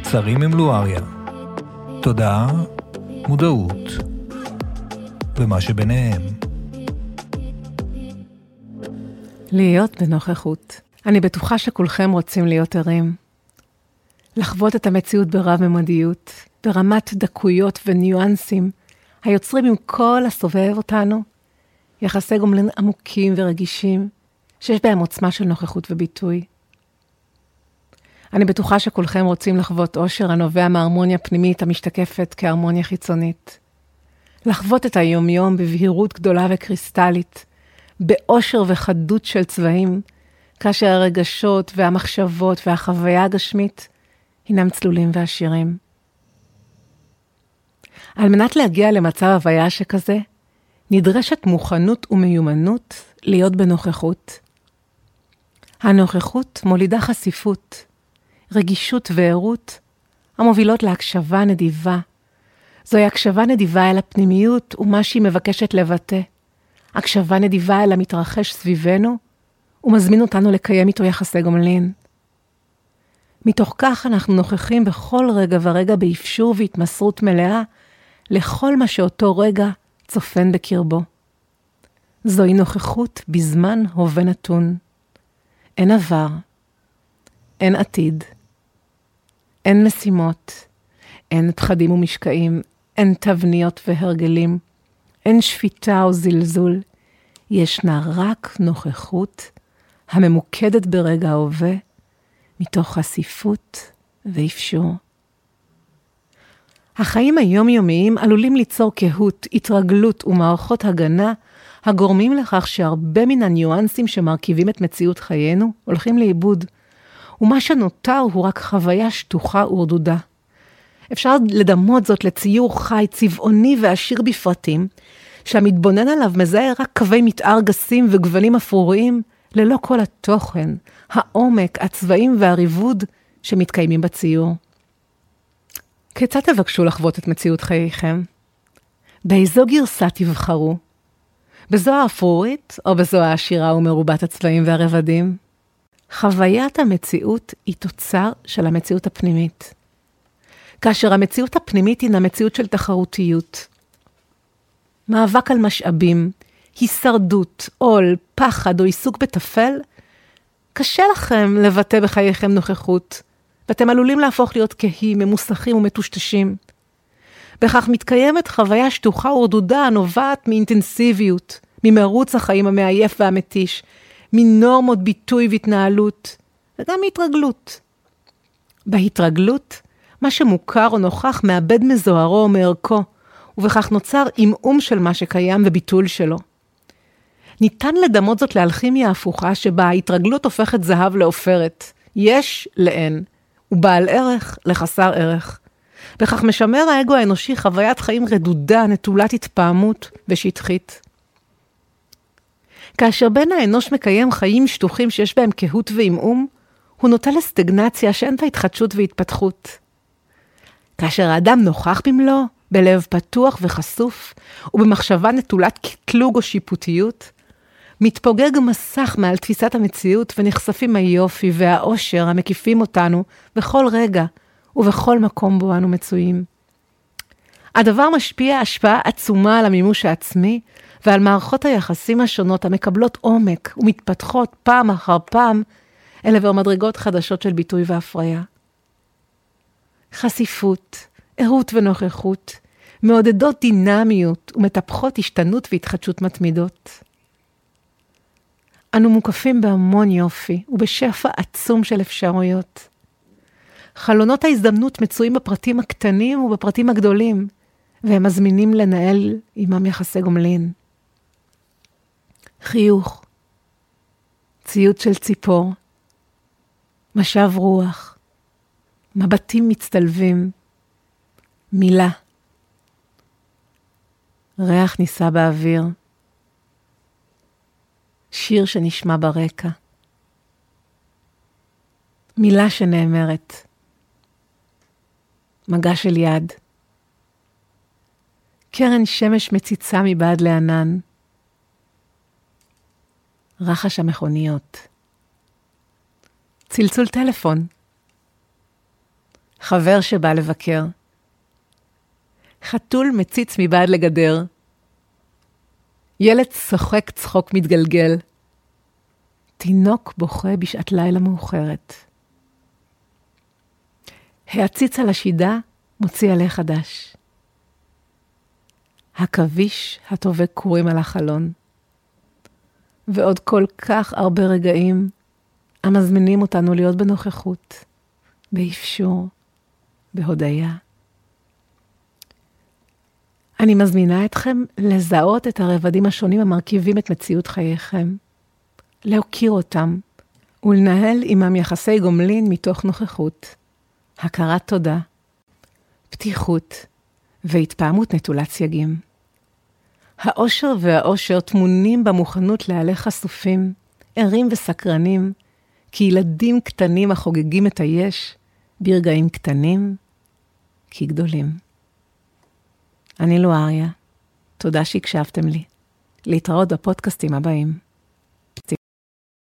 צרים עם לואריה. תודעה, מודעות, ומה שביניהם. להיות בנוכחות. אני בטוחה שכולכם רוצים להיות ערים. לחוות את המציאות ברב-ממדיות, ברמת דקויות וניואנסים, היוצרים עם כל הסובב אותנו, יחסי גומלין עמוקים ורגישים, שיש בהם עוצמה של נוכחות וביטוי. אני בטוחה שכולכם רוצים לחוות אושר הנובע מהרמוניה פנימית המשתקפת כהרמוניה חיצונית. לחוות את היומיום בבהירות גדולה וקריסטלית, באושר וחדות של צבעים, כאשר הרגשות והמחשבות והחוויה הגשמית הינם צלולים ועשירים. על מנת להגיע למצב הוויה שכזה, נדרשת מוכנות ומיומנות להיות בנוכחות. הנוכחות מולידה חשיפות, רגישות וערות, המובילות להקשבה נדיבה. זוהי הקשבה נדיבה אל הפנימיות ומה שהיא מבקשת לבטא. הקשבה נדיבה אל המתרחש סביבנו, ומזמין אותנו לקיים איתו יחסי גומלין. מתוך כך אנחנו נוכחים בכל רגע ורגע באפשור והתמסרות מלאה, לכל מה שאותו רגע צופן בקרבו. זוהי נוכחות בזמן הווה נתון. אין עבר, אין עתיד, אין משימות, אין פחדים ומשקעים, אין תבניות והרגלים, אין שפיטה או זלזול. ישנה רק נוכחות הממוקדת ברגע ההווה, מתוך חשיפות ואפשור. החיים היומיומיים עלולים ליצור קהות, התרגלות ומערכות הגנה, הגורמים לכך שהרבה מן הניואנסים שמרכיבים את מציאות חיינו הולכים לאיבוד, ומה שנותר הוא רק חוויה שטוחה ורדודה. אפשר לדמות זאת לציור חי, צבעוני ועשיר בפרטים, שהמתבונן עליו מזהה רק קווי מתאר גסים וגוונים אפרוריים, ללא כל התוכן, העומק, הצבעים והריבוד שמתקיימים בציור. כיצד תבקשו לחוות את מציאות חייכם? באיזו גרסה תבחרו? בזו האפרורית או בזו העשירה ומרובת הצבעים והרבדים? חוויית המציאות היא תוצר של המציאות הפנימית. כאשר המציאות הפנימית היא מציאות של תחרותיות, מאבק על משאבים, הישרדות, עול, פחד או עיסוק בתפל, קשה לכם לבטא בחייכם נוכחות, ואתם עלולים להפוך להיות כהים, ממוסכים ומטושטשים. בכך מתקיימת חוויה שטוחה ורדודה הנובעת מאינטנסיביות, ממרוץ החיים המעייף והמתיש, מנורמות ביטוי והתנהלות, וגם מהתרגלות. בהתרגלות, מה שמוכר או נוכח מאבד מזוהרו או מערכו, ובכך נוצר עמעום של מה שקיים וביטול שלו. ניתן לדמות זאת לאלכימיה הפוכה שבה ההתרגלות הופכת זהב לעופרת, יש לאין, ובעל ערך לחסר ערך. בכך משמר האגו האנושי חוויית חיים רדודה, נטולת התפעמות ושטחית. כאשר בן האנוש מקיים חיים שטוחים שיש בהם קהות ועמעום, הוא נוטה לסטגנציה שאין בה התחדשות והתפתחות. כאשר האדם נוכח במלוא, בלב פתוח וחשוף, ובמחשבה נטולת קטלוג או שיפוטיות, מתפוגג מסך מעל תפיסת המציאות ונחשפים היופי והאושר המקיפים אותנו בכל רגע ובכל מקום בו אנו מצויים. הדבר משפיע השפעה עצומה על המימוש העצמי ועל מערכות היחסים השונות המקבלות עומק ומתפתחות פעם אחר פעם אל עבר מדרגות חדשות של ביטוי והפריה. חשיפות, ערות ונוכחות, מעודדות דינמיות ומטפחות השתנות והתחדשות מתמידות. אנו מוקפים בהמון יופי ובשפע עצום של אפשרויות. חלונות ההזדמנות מצויים בפרטים הקטנים ובפרטים הגדולים, והם מזמינים לנהל עמם יחסי גומלין. חיוך, ציוץ של ציפור, משב רוח, מבטים מצטלבים, מילה, ריח נישא באוויר, שיר שנשמע ברקע, מילה שנאמרת, מגע של יד, קרן שמש מציצה מבעד לענן, רחש המכוניות, צלצול טלפון, חבר שבא לבקר. חתול מציץ מבעד לגדר. ילד צוחק צחוק מתגלגל. תינוק בוכה בשעת לילה מאוחרת. העציץ על השידה מוציא עלה חדש. הכביש הטובק קורים על החלון. ועוד כל כך הרבה רגעים המזמינים אותנו להיות בנוכחות, באפשור, בהודיה. אני מזמינה אתכם לזהות את הרבדים השונים המרכיבים את מציאות חייכם, להוקיר אותם ולנהל עמם יחסי גומלין מתוך נוכחות, הכרת תודה, פתיחות והתפעמות נטולת סייגים. האושר והאושר טמונים במוכנות להלך חשופים, ערים וסקרנים, כילדים קטנים החוגגים את היש, ברגעים קטנים כגדולים. אני לואריה, תודה שהקשבתם לי. להתראות בפודקאסטים הבאים.